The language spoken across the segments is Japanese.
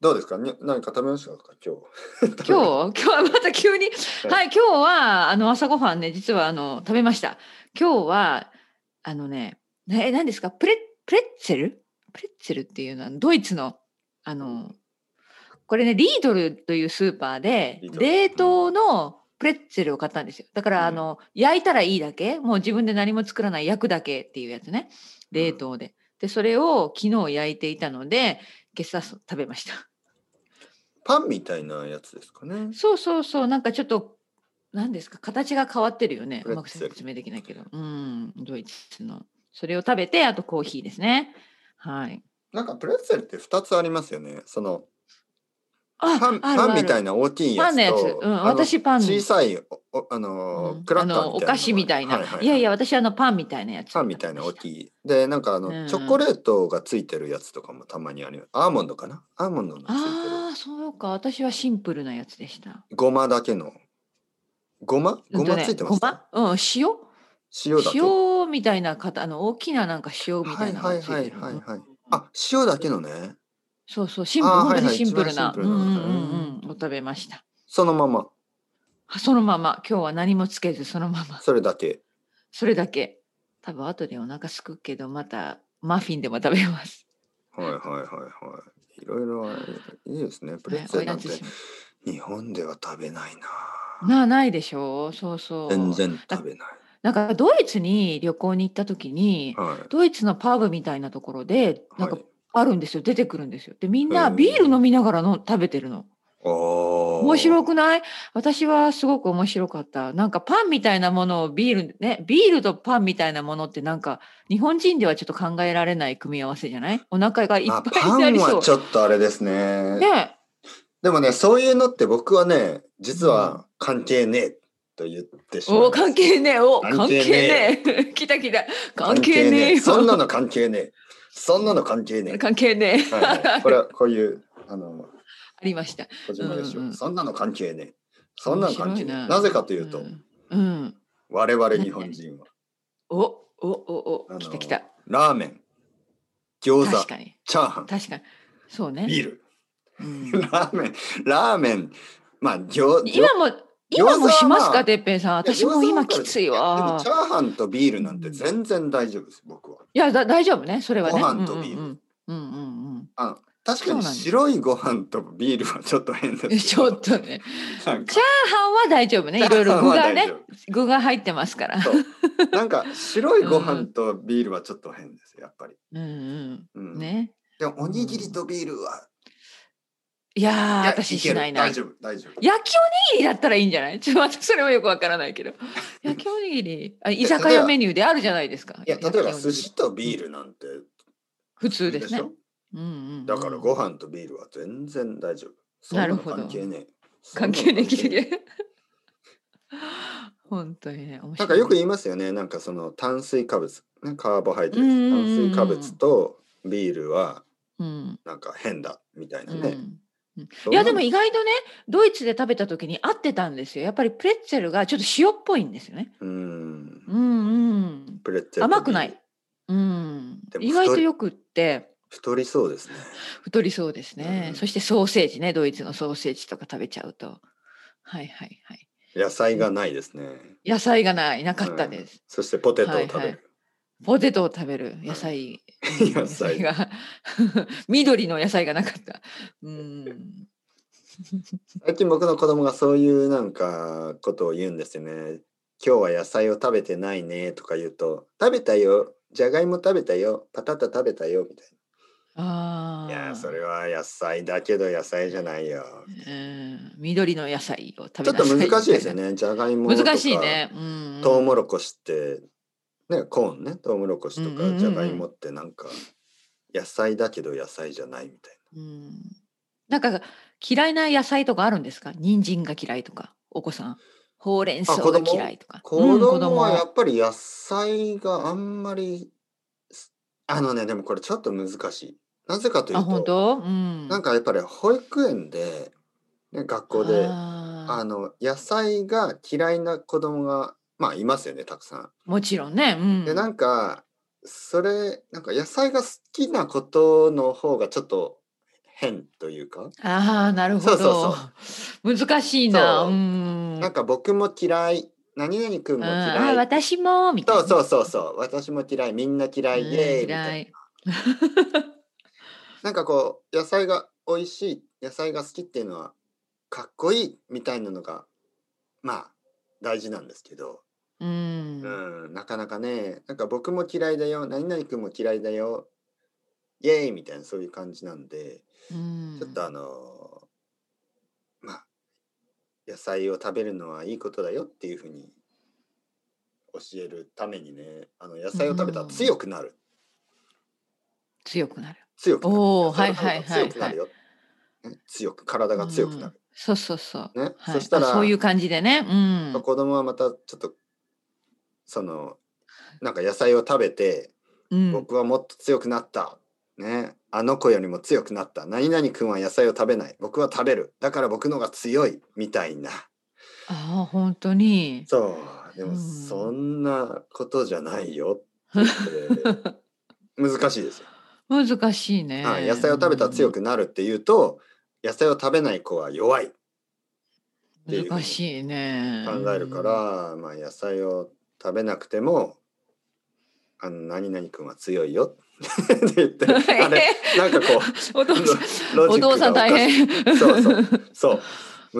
どうですかね、何か食べましたか今日。 今日はまた急に。はい、今日は朝ごはんね、実は食べました。今日は何ですか、プレッツェルっていうのはドイツのこれね、リードルというスーパーで冷凍のプレッツェルを買ったんですよ。だから焼いたらいいだけ、もう自分で何も作らない、焼くだけっていうやつね、冷凍で。でそれを昨日焼いていたので今朝食べました。 パンみたいなやつですかね。 そうそうそう、なんかちょっと何ですか、形が変わってるよね。うまくプレッツェル。 説明できないけど、ドイツのそれを食べて、あとコーヒーですね。はい。 なんかプレッツェルって2つありますよね。そのあ、あパンみたいるある。 な大きいやパンのやつ。 つと、 私パン。 小さいクラッカーみお菓たいなのが、 子みたいな。 はいはいはい。 いやいや、私パンみたいなやつパンでみたいな大き食べました。 い。で、なんかうんチョうん。 コレートがついてるやつとかもたまにあるよ。アーモンドかな、アーモンドのついてる。 ああ、そうか。私はシンプルなやつでした。 ごまだけの。ごまついてました？ ごま塩塩だけ？ 塩みたいな大きななんか塩みたいなのがはいはいついてる。 はいはいはい。あ、塩だけのね。 そうそう、シンプル、 ああ、 本当にはいはい、 シンプルな。 一番シンプルなの。 を食べました。 そのまま。 そのまま、今日は何もつけずそのまま。 それだけ。 それだけ。多分後でお腹すくけど、またマフィンでも食べます。 はいはいはいはい。いろいろいいですね。プレッはい、おツェルなんてやつします。 日本では食べないな。 ないでしょう。そう全そう。 然食べない。 なんかドイツに旅行に行った時に、 はドイツのパブみたいなところで、 い。 なんかはい。 あるんですよ。出てくるんですよ。で、みんへなビール飲え。 みながらの食べてるの。 あ面白くあ。 ない？私はすごく面白かった。なんかパンみたいなものをビールとパンみたいなものってなんか日本人ではちょっと考えられない組み合わせじゃない？お腹がいっまあ、 ぱいにパンはなりそちょっとあれですう。 ね。 ね。 でもね、そういうのって僕はね、 うん。 実は関係ねえと言ってしまいます。 関係ねえ。 関関係ねえよ。 係ねえ。来た来た。関関係ねえ。 係ねえよ。 そんなの関係ねえ。そんなの関係ね関係ねえ。はいはい。これはこういう、 ありました。 小うんう島よしお。 ん。 そんなの関係ねえ。そん面なの関係ねえ。 白いな。 なぜかというと、 うん。うん。 我々日本何人は、 来た来た。 ラーメン、餃子、 確かに。 チャーハン、 確かに。そうね。 ビール。 うん。 ラーメン、まあ、 今も、今餃子もしますか、 はまあ、 てっぺいさん。 いや、餃私も子はわかる。 今きついいや、でもチわ。 ャーハンとビールなんてうん。 全然大丈夫です、僕は。 いや、大丈夫ね。それはごね。 飯とビール。 うん。 確かにそうなんです。 白いご飯とビールはちょっと変ですけちょど、 っとね。 なんチャーか、 ハンは大丈夫ね。いろいろチャーハン具がね。 は大丈夫。 具が入ってますから。 そう。なんか、白いうご飯ん。 とビールはちょっと変です、やっぱり。 うん。 うん。 ね。 でも、 うおにぎりん。 とビールは、 いやー、 いや、い私しける。 ないな。 大丈夫、大丈夫。 焼きおにぎりだったらいいんじゃない？ちょっと待って、それはよくわからないけど。焼きおにぎり、居酒例えば、 屋メニューであるじゃないですか。 いや、例えば、 焼きおにぎり。 寿司とうん、 ビールなんて普普通ですね。 通でしょ？ うんうんだから、 うん。 ご飯とビールは全然大丈夫。そなんなのるほど。 関係ねえ。そんなの関係ね、 関係ねえ。 来てけ。本当にね、面なんかよく白い。 言いますよね。なんかその炭水化物、ね、カーボハイドうんレット、炭水化うん物とビールはうんうん。 なんか変だみたいなね。 うん。うん。いや、でもそんなの、 意外とね、ドイツで食べた時に合ってたんですよ。やっぱりプレッツェルがちょっと塩っぽいんですよね。 うーん、 うんうん。 プレッツェルとビール。 甘くない。うん。 でも意外とよくって、 太りそうですね。 太りそうですうね。そん、 してソーセージね、ドイツのソーセージとか食べちゃうと。はいはいはい。 野菜がないですね。 野菜がなかうん、 ったです。 そしてポテトをはいはい。 食べる。 ポテトを食べるうん、 野菜、 野野菜菜。 が緑の野菜がなかった。うん。 最近僕の子供がそういうなんかことを言うんですよね。今日は野菜を食べてないねとか言うと、食べたよ、じゃがいも食べたよ、パタタ食べたよみたいな。いやー、それああ、 は野菜だけど野菜じゃないよ。 うん、緑の野菜を食ちょっとべなさい難みたいな。 しいですよね。じゃがいも難とか、 しいね。うんうトウモん。 ロコシって、ね、コーンね、トウモロコシとかじゃがいもってなんか野菜だけど野菜じゃないみたいうん。なんか嫌いな野菜とかあるんですか？人参が嫌いとか、お子さん。ほうれんな。あ、 草が嫌子供いとか。 子うん、子供はや供。 っぱり野菜があんまり、でもこれちょっと難しい。なぜかといあ、 うと、 本当？うん。 なんかやっぱり保育園で、ね、学校で、 ああ、 野菜が嫌いな子供が、まあいますよね、たくさん。 もちろんね。うで、なん。 んか、なんか野菜が好きなことの方がちょっと変というか。 ああ、なるほそうそうど。 そう難しいな。 そうなんか僕も嫌い、何々くんも嫌い。 私もみたいなね。 そうそうそうそう、私も嫌い、みんな嫌い、イエーイみたいな。 嫌い。 なんかこう野菜が美味しい、野菜が好きっていうのはかっこいいみたいなのがまあ大事なんですけど、なかなかね、なんか僕も嫌いだよ、何々くんも嫌いだよ、イエーイみたいなそういう感じなんで、ちょっとまあ野菜を食べるのはいいことだよっていうふうに教えるためにね、野菜を食べたら強くなる。 強くなる。 強くなる。 おお、 野菜はいはいを食べたらはいはい。 強くなるよ。ね強く、体が強くなる。 そうそうそう。 ね。 はい。あ、そういそしたら、 う感じでね。 子供はまたちょっと、その、なんか野菜を食べて、僕はもっと強くなった。ね。あの子よりも強くなった。何々君は野菜を食べない。僕は食べる。だから僕のが強い。みたいな。 ああ、本当に。 そう。でも、そんなことじゃないよって言って、難しいですよ。 難しいはい、 ね。 野菜を食べたら強くなるっていうと、野菜を食べない子は弱いっていうふうに難しいね。 考えるから、まあ野菜を食べなくても、何々君は強いよって言って、あれ、なんかこう、 お父さん、 ロジックお父さん大がおかしい。 変。 そうそう、そう。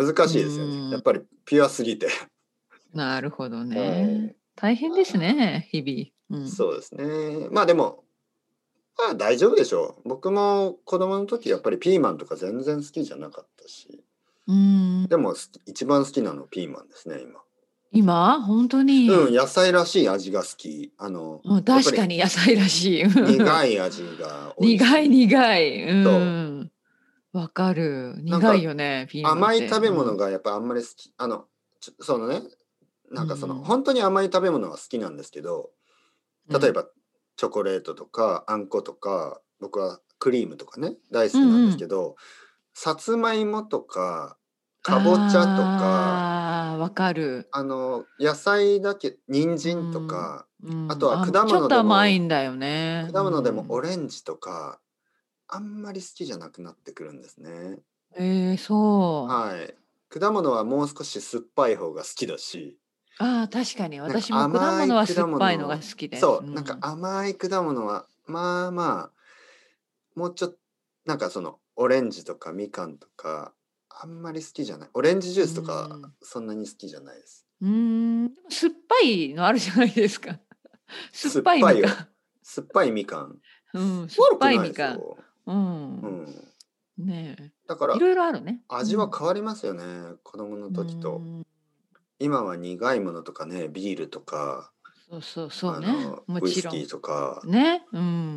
難しいですよね。やっぱりピュアすぎて。 なるほどはね。 い。 大変ですね、日々。 そうですね。まあでも、まあ大丈夫でしょう。僕も子供の時やっぱりピーマンとか全然好きじゃなかったし。でも一番好きなのピーマンですね、今。 今本当に。 野菜らしい味が好き。やっぱ確かりに野菜らしい。 苦い味が美味し苦いい。 苦い。 そう。 わかる。苦いなんかよね、ピーマンっ甘い食て。 べ物がやっぱあんまり好き。そのね、なんかうん本当に甘い食べ物は好きなんですけど、例えばチョコレートとかあんことか、僕はクリームとかね、大好きなんですけど、さつまいもとか、かぼちゃとか、 わかる。 野菜だけ、人参とか、あとはちょっと甘いんだよね。 果物でもオレンジとか、あんまり好きじゃなくなってくるんですね。 そう。 はい。果物はもう少し酸っぱい方が好きだし、 確かに。 なんか私も果甘い物は酸っぱいのが果物、 好きです。 そう、なんか甘い果物は、まあまあ、もうちょっと、なんかオレンジとかみかんとか、あんまり好きじゃない。オレンジジュースとか、そんなに好きじゃないです。 酸っぱいのあるじゃないですか。酸っ酸っぱいぱいよ。 みか酸っぱいみかん。 ん。酸っぱい悪くないですみかよ。 ん。ねえ。 だから、 いろいろあるね。 味は変わりますよね。子供の時と。今は苦いものとかね、ビールとか、 そうね。もウイちろん。 スキーとか、 ね。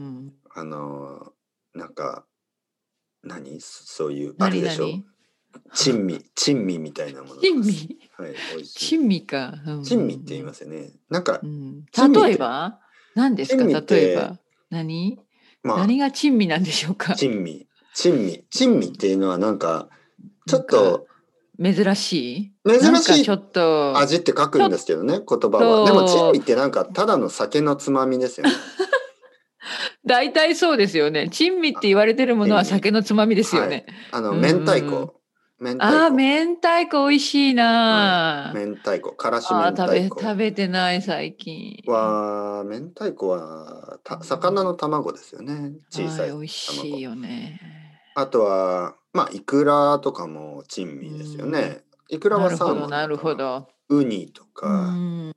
なんか、そういう、あるでしょ何珍味みたいなものとか。 珍味はい、美味しい。 珍味か。 珍味って言いますよね。なんか、珍味って、 例えば何ですか珍味って、 例えば。何まあ、 何が珍味なんでしょうか。 珍味っていうのはなんか、ちょなんかっと珍しい珍しいちょっと、 味って書くちょっんですけどね、言葉は。でも珍味と、 ってなんか、ただの酒のつまみですよね。 大体そうですよね。珍味って言われてるものは珍味。 酒のつまみですよはい。 ね。うん明太うんうん。 子。明太子。 明太子美味しいはい。 な。 明太子。からし明太子食べてない最近。 は、明太子は魚の卵ですよね。小はい、美さい味しい卵。 よね。 あとは、まあ、イクラとかも珍味ですよね。イクラはサーモンなるほとか、 ど。 ウニとうか、 ん。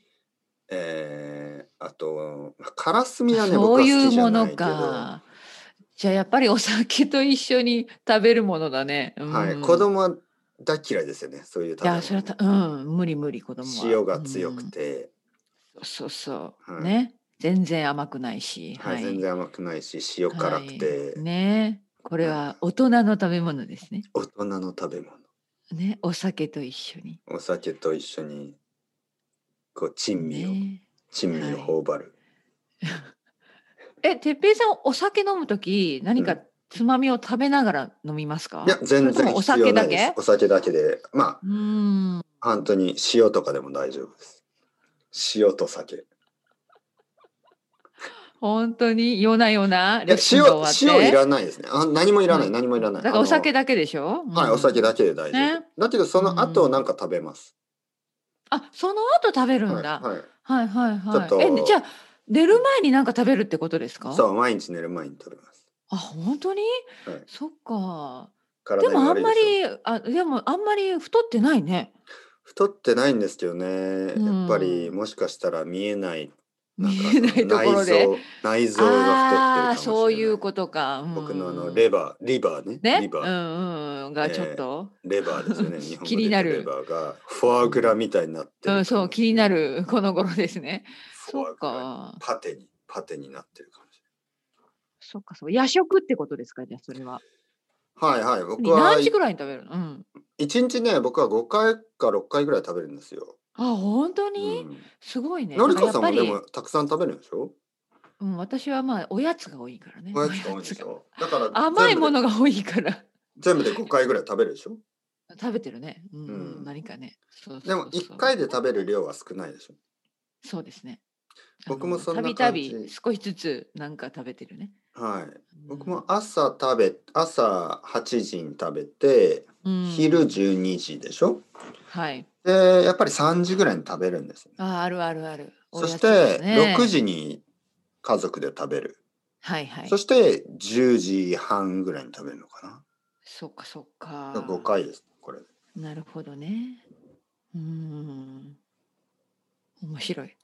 あと、カラスミはね、僕そうはいうもの好きじゃないけど、 か。じゃあやっぱりお酒と一緒に食べるものだね。 はい、子供は大嫌いですよね、そういういや、 食べ物。 無理無理、子供は。 塩が強くて、 そうそう。 はい、 ね。全然甘くないし、 はい、 はい。 全然甘くないし、塩辛くはい。 て、 ね。これうん、 は大人の食べ物ですね。 大人の食べ物。 ね。お酒と一緒に。 お酒と一緒に、こう、 ね。 珍味をはい。 頬張る。 てっぺいさん、お酒飲むとき、何かうん。 つまみを食べながら飲みますいや、 か？それともお全然必要ないです。 酒だけ？ お酒だけで、まうーん。 あ、本当に塩とかでも大丈夫です。塩と酒。 本当に夜な夜なレいや、 ッスンが終わっ塩いて。 らないですね。何もいらない、 はい。 何もいらない。 だからお酒だけでしょ？うはい、お酒だん。 けで大丈夫。 ね。 だけど、そうの後なん。 んか食べます。 あ、その後食べるんはい、 だ。 はい。 はいはいちょっはい。じゃと、 あ、寝るうん、 前になんか食べるってことですか？ そう、毎日寝る前に食べます。 あ、本当に？ はい。 そっか。で体にもあん悪いでしょ。 まり、でもあんまり太ってないね。 太ってないんですけどね、 うやっぱりん。 もしかしたら見えない、なんかその見えないところで。 内臓が太ってるああ、 かもしそういうれない。 ことか。うん僕のうん。 リバーね、リね、うバー。 んうん、がちょっとレバーですよね。日本気語で言うとレになる。 バーがフォアグラみたいになってうん、 るかそう、気にもしれない。 なるこの頃ですね。そっフォアグラに、 か。 パテになってるかもしそっか、そう、夜食ってことですか？じゃあ、それは。 れない。はいはい。 何時ぐらいに食べるの？うん。 1日ね、僕は5回か6回ぐらい食べるんですよ。 あ、本当に？ うん。 すごいね。だからのりこさんもでやっぱり、 もたくさん食べるんでしょ？ うん、私は、まあ、おやつが多いからね。 おやおつが多いんでやつが。 しょ？だから甘いものが多いから。 全部で5回ぐらい食べるでしょ？ 食べてるね。うんうん、 うん。 何かね。そうでも1 そうそう。 回で食べる量は少ないでしょ？ そうですね。た僕もそんなびたび感じ。 少しずつなんか食べてるね。 はい。僕もうん。 朝8時に食べて、 う昼ん。 12時でしょ？ はい。 で、やっぱり3時ぐらいに食べるんですよね。 あ、あるあるある。おそしやつですて6 ね。 時に家族で食べる。そはいはい。 して10時半ぐらいに食べるのかな。 そっかそっ 5 か。 回です、これで。 なるほどね。うーん。面白い。